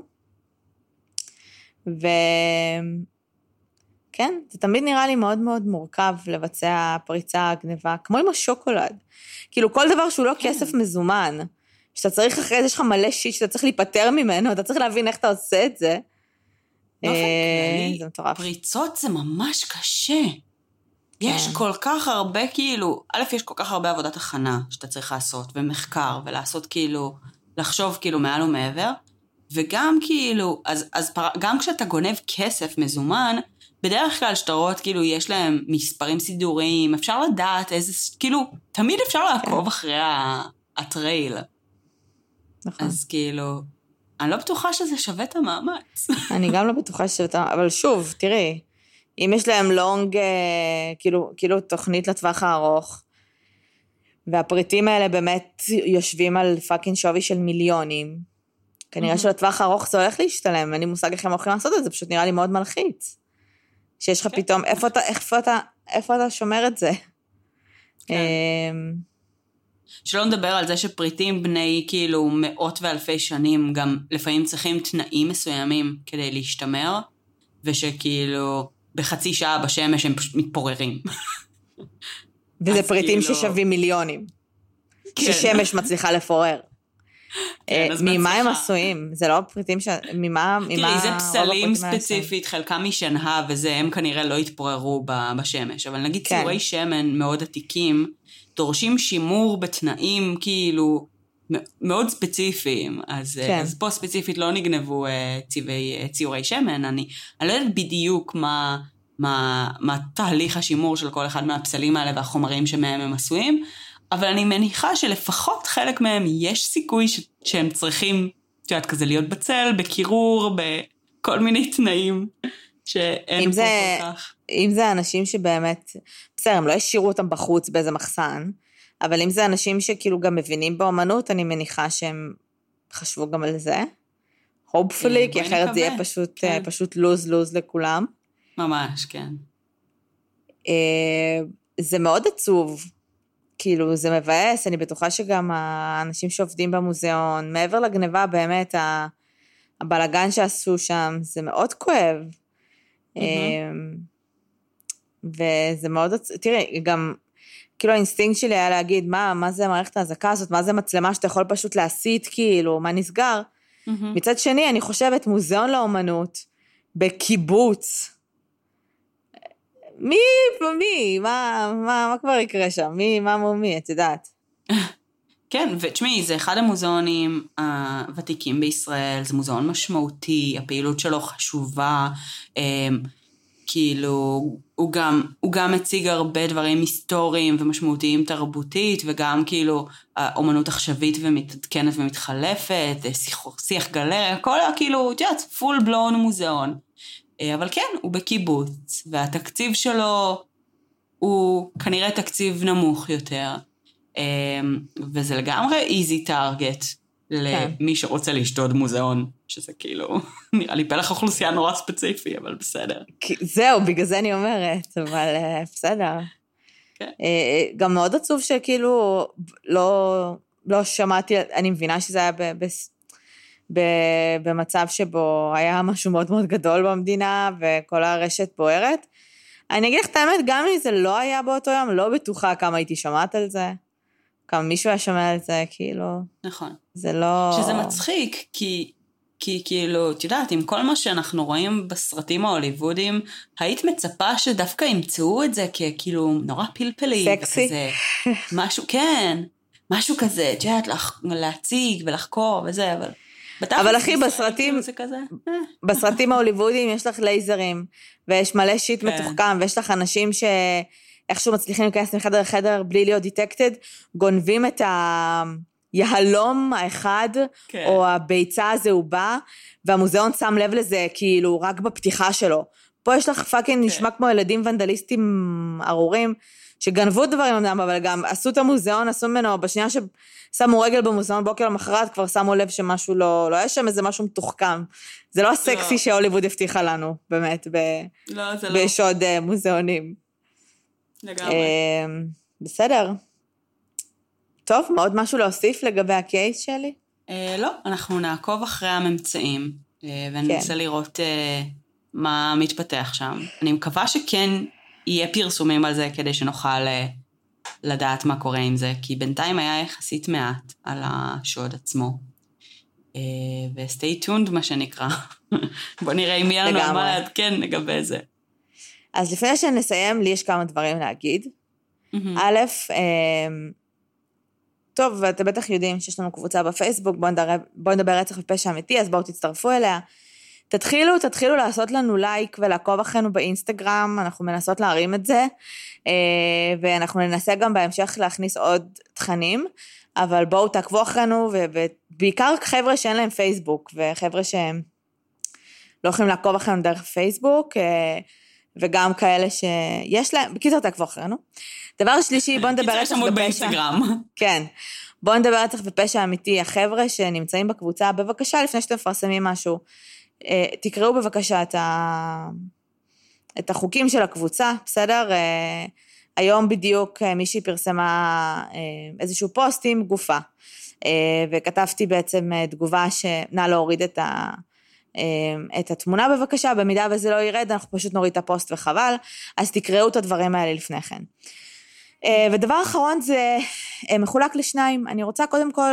כן, זה תמיד נראה לי מאוד מאוד מורכב לבצע פריצה, גניבה, כמו עם השוקולד. כאילו כל דבר שהוא לא כסף מזומן, שאתה צריך אחרי זה, יש לך מלא שיט שאתה צריך להיפטר ממנו, אתה צריך להבין איך אתה עושה את זה. באופן כללי, מטורף. פריצות זה ממש קשה. יש כל כך הרבה כאילו, א', יש כל כך הרבה עבודת הכנה שאתה צריך לעשות, ומחקר, ולעשות כאילו, לחשוב כאילו מעל ומעבר, וגם כאילו, אז גם כשאתה גונב כסף מזומן, בדרך כלל שטרות כאילו יש להם מספרים סידוריים, אפשר לדעת איזה, כאילו, תמיד אפשר לעקוב אחרי הטרייל. נכון. אז כאילו, אני לא בטוחה שזה שווה את המאמץ. אני גם לא בטוחה שזה, אבל שוב, תראי, אם יש להם לונג, כאילו תוכנית לטווח הארוך, והפריטים האלה באמת יושבים על פאקינג שווי של מיליונים, כנראה שלטווח הארוך זה הולך להשתלם, אין לי מושג איך הם הולכים לעשות את זה, פשוט נראה לי מאוד מלחיץ. שיש לך פתאום, איפה אתה שומר את זה? שלא נדבר על זה שפריטים בני כאילו מאות ואלפי שנים, גם לפעמים צריכים תנאים מסוימים כדי להשתמר, ושכאילו בחצי שעה בשמש הם פשוט מתפוררים. וזה פריטים ששווים מיליונים. ששמש מצליחה לפורר. ממה הם עשויים? זה לא פריטים ממה... תראי, זה פסלים ספציפית, חלקם משנהב, וזה הם כנראה לא התפוררו בשמש, אבל נגיד ציורי שמן מאוד עתיקים, דורשים שימור בתנאים כאילו מאוד ספציפיים, אז פה ספציפית לא נגנבו ציורי שמן, אני לא יודעת בדיוק מה תהליך השימור של כל אחד מהפסלים האלה והחומרים שמהם הם עשויים, אבל אני מניחה שלפחות חלק מהם יש סיכוי שהם צריכים, שאת כזה להיות בצל, בקירור, בכל מיני תנאים שאין פה כל כך. אם זה אנשים שבאמת, בסדר, הם לא השאירו אותם בחוץ באיזה מחסן, אבל אם זה אנשים שכאילו גם מבינים באמנות, אני מניחה שהם חשבו גם על זה. hopefully, כי אחרת זה יהיה פשוט לוז לכולם. ממש, כן. זה מאוד עצוב. כאילו, זה מבאס, אני בטוחה שגם האנשים שעובדים במוזיאון, מעבר לגניבה, באמת, הבלגן שעשו שם, זה מאוד כואב. וזה מאוד, תראי, גם, כאילו, האינסטינקט שלי היה להגיד, מה זה מערכת ההזקה הזאת, מה זה מצלמה שאתה יכול פשוט להסיט, כאילו, מה נסגר? מצד שני, אני חושבת, מוזיאון לאומנות, בקיבוץ, מי? מה כבר יקרה שם? מי? את יודעת? כן, ותשמעי, זה אחד המוזיאונים הוותיקים בישראל, זה מוזיאון משמעותי, הפעילות שלו חשובה, כאילו, הוא גם מציג הרבה דברים היסטוריים ומשמעותיים תרבותית, וגם כאילו, אומנות עכשווית ומתעדכנת ומתחלפת, שיח גלריה, הכל כאילו, פול בלון מוזיאון. אבל כן, הוא בקיבוץ, והתקציב שלו הוא כנראה תקציב נמוך יותר, וזה לגמרי easy target למי שרוצה לשדוד מוזיאון, שזה כאילו, נראה לי פלח אוכלוסייה נורא ספציפי, אבל בסדר. זהו, בגלל זה אני אומרת, אבל בסדר. גם מאוד עצוב שכאילו לא שמעתי, אני מבינה שזה היה במצב שבו היה משהו מאוד מאוד גדול במדינה, וכל הרשת בוערת. אני אגיד לך את האמת, גם אם זה לא היה באותו יום, לא בטוחה כמה הייתי שומעת על זה, כמה מישהו היה שומע על זה, כאילו. נכון. זה לא... שזה מצחיק, כי כאילו, את יודעת, עם כל מה שאנחנו רואים בסרטים ההוליוודיים, היית מצפה שדווקא ימצאו את זה ככאילו נורא פלפלי. סקסי. וכזה, משהו, כן, משהו כזה, את יודעת, להציג ולחקור וזה, אבל אחי, בסרטים ההוליוודיים יש לך לייזרים, ויש מלא שיט מתוחכם, ויש לך אנשים שאיכשהו מצליחים להיכנס מחדר לחדר בלי להיות דיטקטד, גונבים את היהלום האחד, או הביצה הזה הוא בא, והמוזיאון שם לב לזה כאילו רק בפתיחה שלו. פה יש לך פאקינג נשמע כמו ילדים ונדליסטים ארורים, שגנבו דברים אמנם, אבל גם עשו את המוזיאון, עשו ממנו, בשנייה ששמו רגל במוזיאון בוקר למחרת, כבר שמו לב שמשהו לא יש שם איזה משהו מתוחכם. זה לא הסקסי שהוליווד הבטיחה לנו, באמת, בשוד מוזיאונים. לגמרי. בסדר. טוב, מאוד משהו להוסיף לגבי הקייס שלי? לא, אנחנו נעקוב אחרי הממצאים, וננסה לראות מה מתפתח שם. אני מקווה שכן יהיה פרסומים על זה כדי שנוכל לדעת מה קורה עם זה, כי בינתיים היה יחסית מעט על השוד עצמו. ו-stay tuned מה שנקרא. בוא נראה אם יהיה לנו מה לעדכן לגבי זה. אז לפני שנסיים, לי יש כמה דברים להגיד. א', טוב, ואתם בטח יודעים שיש לנו קבוצה בפייסבוק, בואו נדבר רצח ופשע אמיתי, אז בואו תצטרפו אליה. תתחילו לעשות לנו לייק ולעקוב אחרינו באינסטגרם, אנחנו מנסות להרים את זה, ואנחנו ננסה גם בהמשך להכניס עוד תכנים, אבל בואו תעקבו אחרינו, ובעיקר חבר'ה שאין להם פייסבוק, וחבר'ה שהם לא יכולים לעקוב אחרינו דרך פייסבוק, וגם כאלה שיש להם, בקיצור תעקבו אחרינו. דבר שלישי, בואו נדבר רצח ופשע. כן. בואו נדבר רצח ופשע אמיתי, החבר'ה שנמצאים בקבוצה, בבקשה, לפני שאתם מפרסמים משהו, תקראו בבקשה את החוקים של הקבוצה, בסדר? היום בדיוק מישהי פרסמה איזשהו פוסט עם גופה, וכתבתי בעצם תגובה שנא להוריד את התמונה בבקשה, במידה וזה לא ירד, אנחנו פשוט נוריד את הפוסט וחבל, אז תקראו את הדברים האלה לפני כן. ודבר אחרון זה מחולק לשניים, אני רוצה קודם כל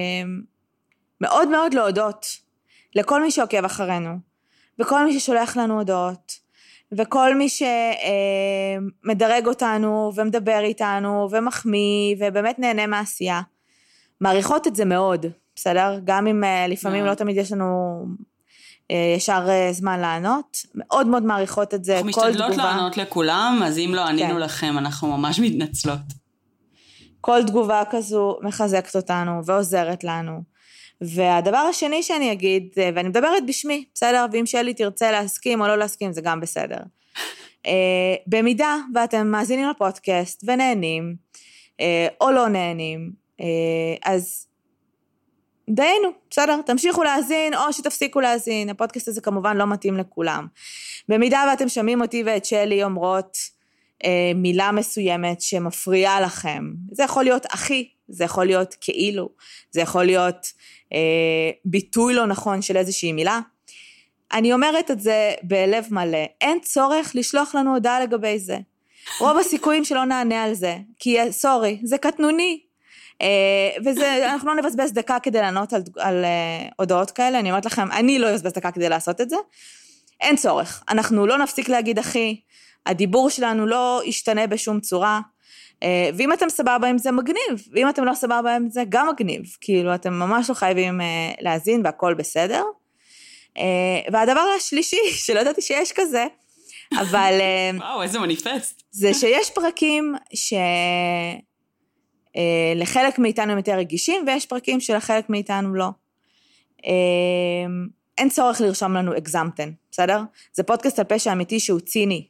מאוד מאוד להודות לכל מי שעוקב אחרינו, וכל מי ששולח לנו הודעות, וכל מי שמדרג אותנו, ומדבר איתנו, ומחמיא, ובאמת נהנה מעשייה. מעריכות את זה מאוד, בסדר? גם אם לפעמים לא תמיד יש לנו ישר זמן לענות, מאוד מאוד מעריכות את זה. אנחנו משתדלות לענות לכולם, אז אם לא ענינו לכם, אנחנו ממש מתנצלות. כל תגובה כזו מחזקת אותנו, ועוזרת לנו. והדבר השני שאני אגיד, ואני מדברת בשמי, בסדר? ואם שלי תרצה להסכים או לא להסכים, זה גם בסדר. במידה ואתם מאזינים לפודקאסט ונהנים, או לא נהנים, אז דיינו, בסדר? תמשיכו להאזין או שתפסיקו להאזין. הפודקאסט הזה כמובן לא מתאים לכולם. במידה ואתם שומעים אותי ואת שלי אומרות מילה מסוימת שמפריעה לכם, זה יכול להיות אחי, זה יכול להיות כאילו, זה יכול להיות ביטוי לא נכון של איזושהי מילה. אני אומרת את זה בלב מלא, אין צורך לשלוח לנו הודעה לגבי זה. רוב הסיכויים שלא נענה על זה, כי סורי, זה קטנוני, ואנחנו לא נבזבז דקה כדי לענות על הודעות כאלה, אני אומרת לכם, אני לא אבזבז דקה כדי לעשות את זה, אין צורך, אנחנו לא נפסיק להגיד אחי, הדיבור שלנו לא ישתנה בשום צורה, ואם אתם סבבה עם זה מגניב, ואם אתם לא סבבה עם זה גם מגניב, כאילו אתם ממש לא חייבים להזין והכל בסדר. והדבר השלישי, שלא ידעתי שיש כזה, אבל... וואו, איזה מניפסט. זה שיש פרקים שלחלק מאיתנו הם יותר רגישים, ויש פרקים שלחלק מאיתנו לא. אין צורך לרשום לנו אקזמפטן, בסדר? זה פודקאסט על פשע אמיתי שהוא ציני,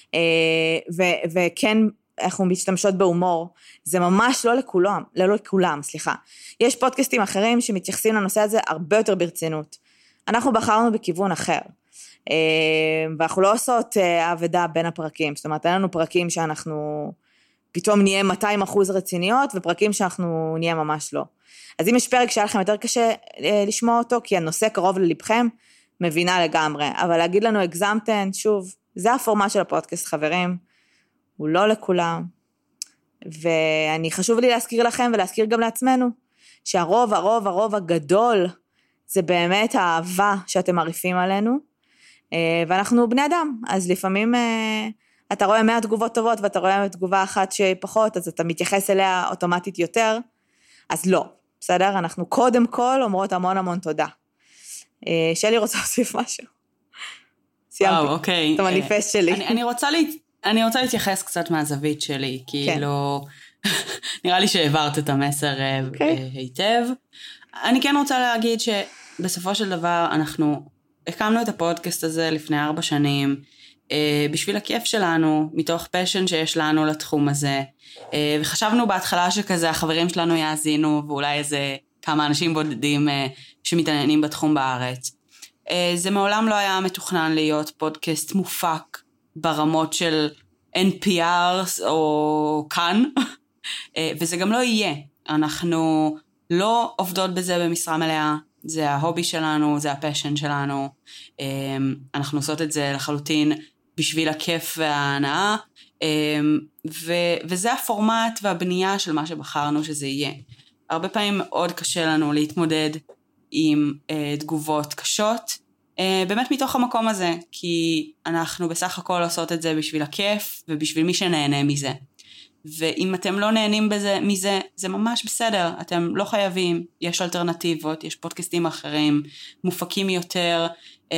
וכן אנחנו משתמשות בהומור, זה ממש לא לכולם, סליחה. יש פודקאסטים אחרים שמתייחסים לנושא הזה הרבה יותר ברצינות. אנחנו בחרנו בכיוון אחר, ואנחנו לא עושות עבודה בין הפרקים, זאת אומרת, אין לנו פרקים שאנחנו פתאום נהיה 200% רציניות, ופרקים שאנחנו נהיה ממש לא. אז אם יש פרק שהיה לכם יותר קשה לשמוע אותו, כי הנושא קרוב ללבכם, מבינה לגמרי, אבל להגיד לנו אקזמפטן, שוב, זה הפורמט של הפודקאסט, חברים, הוא לא לכולם, ואני חשוב לי להזכיר לכם, ולהזכיר גם לעצמנו, שהרוב הגדול, זה באמת האהבה שאתם מעריפים עלינו, ואנחנו בני אדם, אז לפעמים אתה רואה 100 תגובות טובות, ואתה רואה תגובה אחת שפחות, אז אתה מתייחס אליה אוטומטית יותר, אז לא, בסדר? אנחנו קודם כל אומרות המון תודה. שלי רוצה להוסיף משהו. סיימתי. וואו, אוקיי. את המניפסט שלי. אני רוצה להתייחס קצת מהזווית שלי, כאילו, נראה לי שהעברת את המסר היטב. אני כן רוצה להגיד שבסופו של דבר אנחנו הקמנו את הפודקאסט הזה לפני 4 שנים, בשביל הכיף שלנו, מתוך פשן שיש לנו לתחום הזה, וחשבנו בהתחלה שכזה החברים שלנו יאזינו, ואולי איזה כמה אנשים בודדים שמתעניינים בתחום בארץ. זה מעולם לא היה מתוכנן להיות פודקאסט מופק ברמות של NPR או כאן, וזה גם לא יהיה. אנחנו לא עובדות בזה במשרה מלאה, זה ההובי שלנו, זה הפשן שלנו, אנחנו עושות את זה לחלוטין בשביל הכיף וההנאה, וזה הפורמט והבנייה של מה שבחרנו שזה יהיה. הרבה פעמים מאוד קשה לנו להתמודד עם תגובות קשות, באמת מתוך המקום הזה, כי אנחנו בסך הכל עושות את זה בשביל הכיף, ובשביל מי שנהנה מזה. ואם אתם לא נהנים מזה, זה ממש בסדר, אתם לא חייבים, יש אלטרנטיבות, יש פודקאסטים אחרים, מופקים יותר,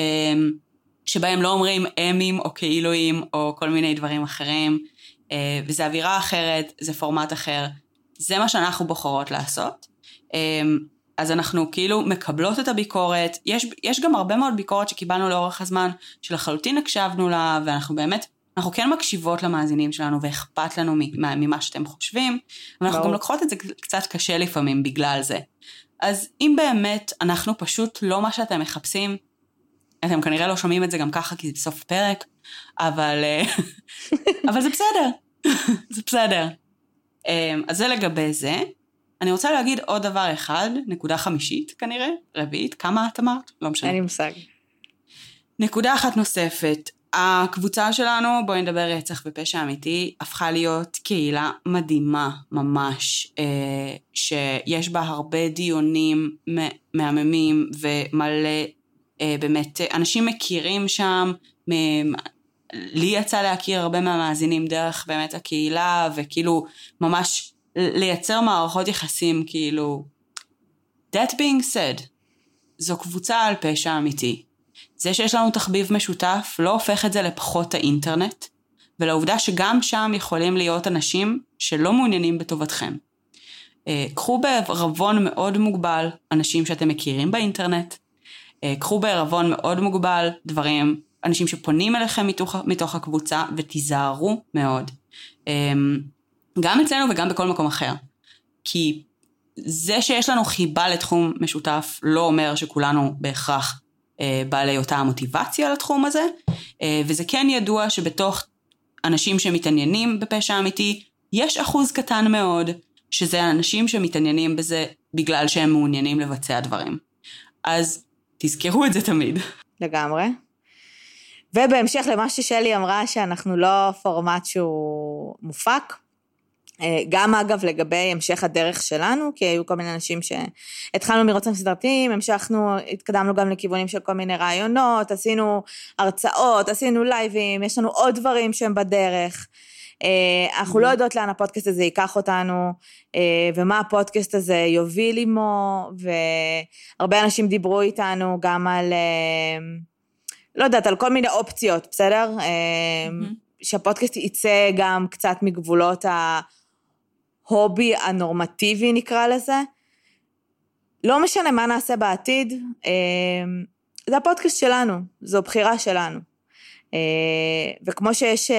שבהם לא אומרים אמים או כאילויים, או כל מיני דברים אחרים, וזה אווירה אחרת, זה פורמט אחר, זה מה שאנחנו בוחרות לעשות, אז אנחנו כאילו מקבלות את הביקורת, יש גם הרבה מאוד ביקורת שקיבלנו לאורך הזמן, שלחלוטין הקשבנו לה, ואנחנו באמת, אנחנו כן מקשיבות למאזינים שלנו, ואכפת לנו ממה שאתם חושבים, ואנחנו גם לוקחות את זה קצת קשה לפעמים בגלל זה. אז אם באמת אנחנו פשוט לא מה שאתם מחפשים, אתם כנראה לא שומעים את זה גם ככה, כי זה בסוף פרק, אבל זה בסדר, זה בסדר. אז זה לגבי זה. אני רוצה להגיד עוד דבר אחד, נקודה 5 כנראה, 4, כמה את אמרת? לא משנה. אין לי מושג. נקודה אחת נוספת, הקבוצה שלנו, בואי נדבר רצח ופשע אמיתי, הפכה להיות קהילה מדהימה ממש, שיש בה הרבה דיונים מהממים ומלא, באמת אנשים מכירים שם, לי יצא להכיר הרבה מהמאזינים דרך באמת הקהילה, וכאילו ממש לייצר מערכות יחסים, כאילו, that being said, זו קבוצה על פשע אמיתי. זה שיש לנו תחביב משותף לא הופך את זה לפחות האינטרנט, ולעובדה שגם שם יכולים להיות אנשים שלא מעוניינים בטובתכם. קחו בערבון מאוד מוגבל אנשים שאתם מכירים באינטרנט, קחו בערבון מאוד מוגבל דברים, אנשים שפונים אליכם מתוך הקבוצה, ותיזהרו מאוד. גם אצלנו וגם בכל מקום אחר. כי זה שיש לנו חיבה לתחום משותף לא אומר שכולנו בהכרח בעלי אותה המוטיבציה לתחום הזה, וזה כן ידוע שבתוך אנשים שמתעניינים בפשע אמיתי, יש אחוז קטן מאוד, שזה אנשים שמתעניינים בזה בגלל שהם מעוניינים לבצע דברים. אז תזכרו את זה תמיד. לגמרי. ובהמשך למה ששלי אמרה, שאנחנו לא פורמט שהוא מופק, גם אגב לגבי המשך הדרך שלנו, כי היו כל מיני אנשים שהתחלנו מרוצים סדרתיים, התקדמנו גם לכיוונים של כל מיני רעיונות, עשינו הרצאות, עשינו לייבים, יש לנו עוד דברים שהם בדרך, אנחנו לא יודעות לאן הפודקאסט הזה ייקח אותנו, ומה הפודקאסט הזה יוביל עמו, והרבה אנשים דיברו איתנו גם על, לא יודעת, על כל מיני אופציות, בסדר? שהפודקאסט יצא גם קצת מגבולות ההובי הנורמטיבי, נקרא לזה. לא משנה מה נעשה בעתיד, זה הפודקאסט שלנו, זו בחירה שלנו. וכמו שיש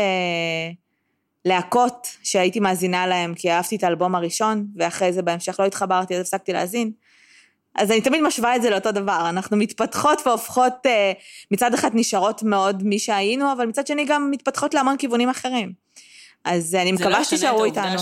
להקות שהייתי מאזינה להם, כי אהבתי את האלבום הראשון, ואחרי זה בהמשך לא התחברתי, אז הפסקתי להאזין, אז אני תמיד משווה את זה לאותו דבר, אנחנו מתפתחות והופכות, מצד אחד נשארות מאוד מי שהיינו, אבל מצד שני גם מתפתחות להמון כיוונים אחרים. אז אני מקווה שתישארו איתנו.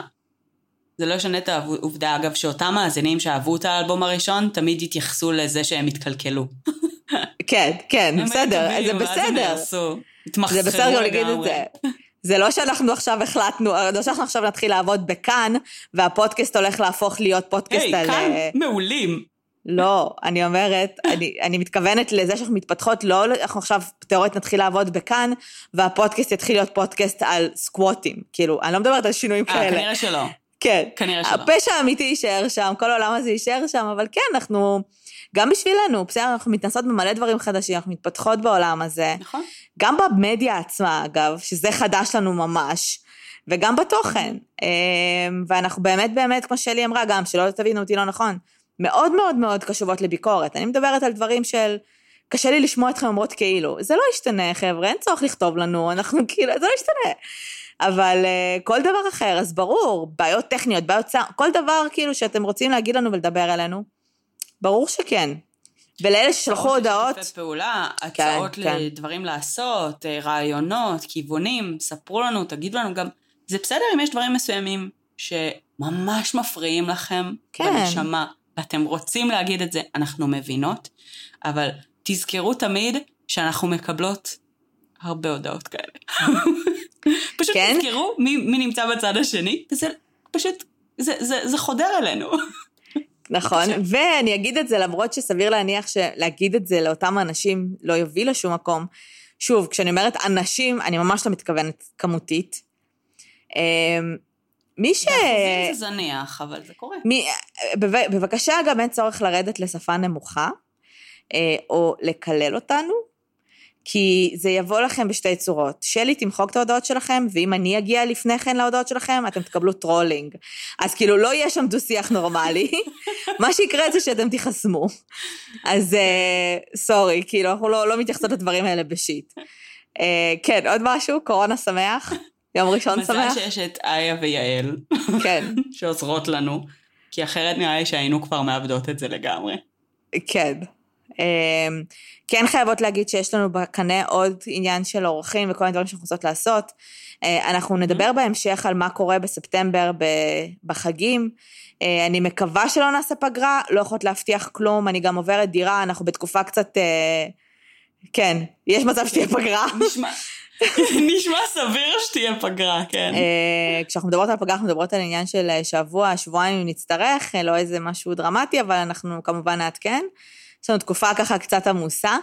זה לא ישנה את העובדה, אגב, שאותם מאזינים שאהבו את האלבום הראשון, תמיד יתייחסו לזה שהם התקלקלו. כן, כן, בסדר, זה בסדר. זה בסדר גם להגיד את זה. זה לא שאנחנו עכשיו החלטנו, לא שאנחנו עכשיו נתחיל לעבוד בכאן, והפודקאסט הולך להפוך להיות פודקאסט על... כאן מעולים. לא, אני אומרת, אני מתכוונת לזה שאנחנו מתפתחות, לא, אנחנו עכשיו תיאורית נתחיל לעבוד בכאן, והפודקאסט יתחיל להיות פודקאסט על סקווטים, כאילו, אני לא מדברת על שינויים כאלה. כנראה שלא. כן, כנראה שלא. הפשע האמיתי יישאר שם, כל העולם הזה יישאר שם, אבל כן, אנחנו, גם בשבילנו, בסדר, אנחנו מתנסות במלא דברים חדשים, אנחנו מתפתחות בעולם הזה. נכון. גם במדיה עצמה, אגב, שזה חדש לנו ממש, וגם בתוכן. ואנחנו באמת, באמת, כמו שלי אמרה גם, שלא תבינו אותי לא נכון, מאוד מאוד מאוד קשובות לביקורת. אני מדברת על דברים של, קשה לי לשמוע אתכם אומרות כאילו, זה לא ישתנה, חבר'ה, אין צורך לכתוב לנו, אנחנו כאילו, זה לא ישתנה. אבל כל דבר אחר, אז ברור, בעיות טכניות, כל דבר כאילו שאתם רוצים להגיד לנו ולדבר אלינו, ברור שכן. ולאלה ששלחו הודעות... שיתופי פעולה, הצעות לדברים לעשות, רעיונות, כיוונים, ספרו לנו, תגידו לנו גם, זה בסדר אם יש דברים מסוימים שממש מפריעים לכם בנשמה, ואתם רוצים להגיד את זה, אנחנו מבינות, אבל תזכרו תמיד שאנחנו מקבלות הרבה הודעות כאלה. פשוט תזכרו מי נמצא בצד השני, וזה פשוט, זה חודר אלינו. נכון, ואני אגיד את זה, למרות שסביר להניח שלהגיד את זה לאותם אנשים לא יוביל לשום מקום. שוב, כשאני אומרת אנשים, אני ממש לא מתכוונת כמותית. מי ש... זה זניח, אבל זה קורה. בבקשה, גם אין צורך לרדת לשפה נמוכה, או לקלל אותנו, כי זה יבוא לכם בשתי צורות. שלי תמחוק את ההודעות שלכם, ואם אני אגיע לפני כן להודעות שלכם, אתם תקבלו טרולינג. אז כאילו לא יהיה שם דו-שיח נורמלי, מה שיקרה זה שאתם תיחסמו. אז סורי, כאילו אנחנו לא מתייחסות לדברים האלה בשיט. כן, עוד משהו? קורונה שמח? יום ראשון שמח? מזל שיש את איה ויעל, כן. שעוזרות לנו, כי אחרת נראה לי שהיינו כבר מאבדות את זה לגמרי. כן. כן חייבות להגיד שיש לנו בקנה עוד עניין של אורחים וכל מיני דברים שאנחנו רוצות לעשות. אנחנו נדבר בהמשך על מה קורה בספטמבר בחגים. אני מקווה שלא נעשה פגרה, לא יכולת להבטיח כלום, אני גם עוברת דירה, אנחנו בתקופה קצת, כן, יש מצב שתהיה פגרה. נשמע סביר שתהיה פגרה, כן. כשאנחנו מדברות על פגרה, אנחנו מדברות על עניין של שבוע, שבועיים אם נצטרך, לא איזה משהו דרמטי, אבל אנחנו כמובן נעדכן. יש לנו תקופה ככה קצת עמוסה,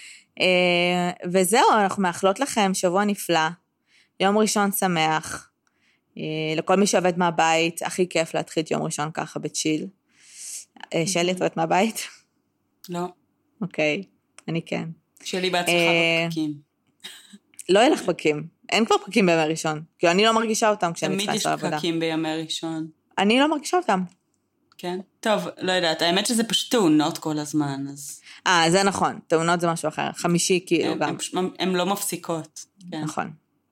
וזהו, אנחנו מאחלות לכם שבוע נפלא, יום ראשון שמח, לכל מי שעובד מהבית, הכי כיף להתחיל יום ראשון ככה בצ'יל. שלי, את עובדת מהבית? לא. אוקיי, אני כן. שלי בהצלחה בפקקים. לא יהיה לך פקקים, אין כבר פקקים בימי ראשון, כי אני לא מרגישה אותם כשאני צריכה לעשות עבודה. תמיד יש פקקים בימי ראשון. אני לא מרגישה אותם. כן? טוב, לא יודעת, האמת שזה פשוט תאונות כל הזמן, אז... זה נכון, תאונות זה משהו אחר, חמישי כאילו גם. הן לא מפסיקות. נכון.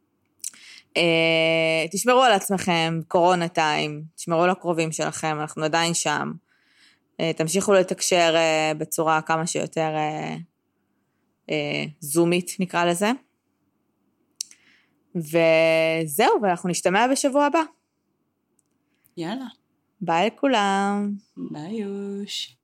תשמרו על עצמכם, קורונה טיים, תשמרו על הקרובים שלכם, אנחנו עדיין שם. תמשיכו לתקשר בצורה כמה שיותר זומית, נקרא לזה. וזהו, ואנחנו נשתמע בשבוע הבא. יאללה. ביי לכולם. ביי יוש.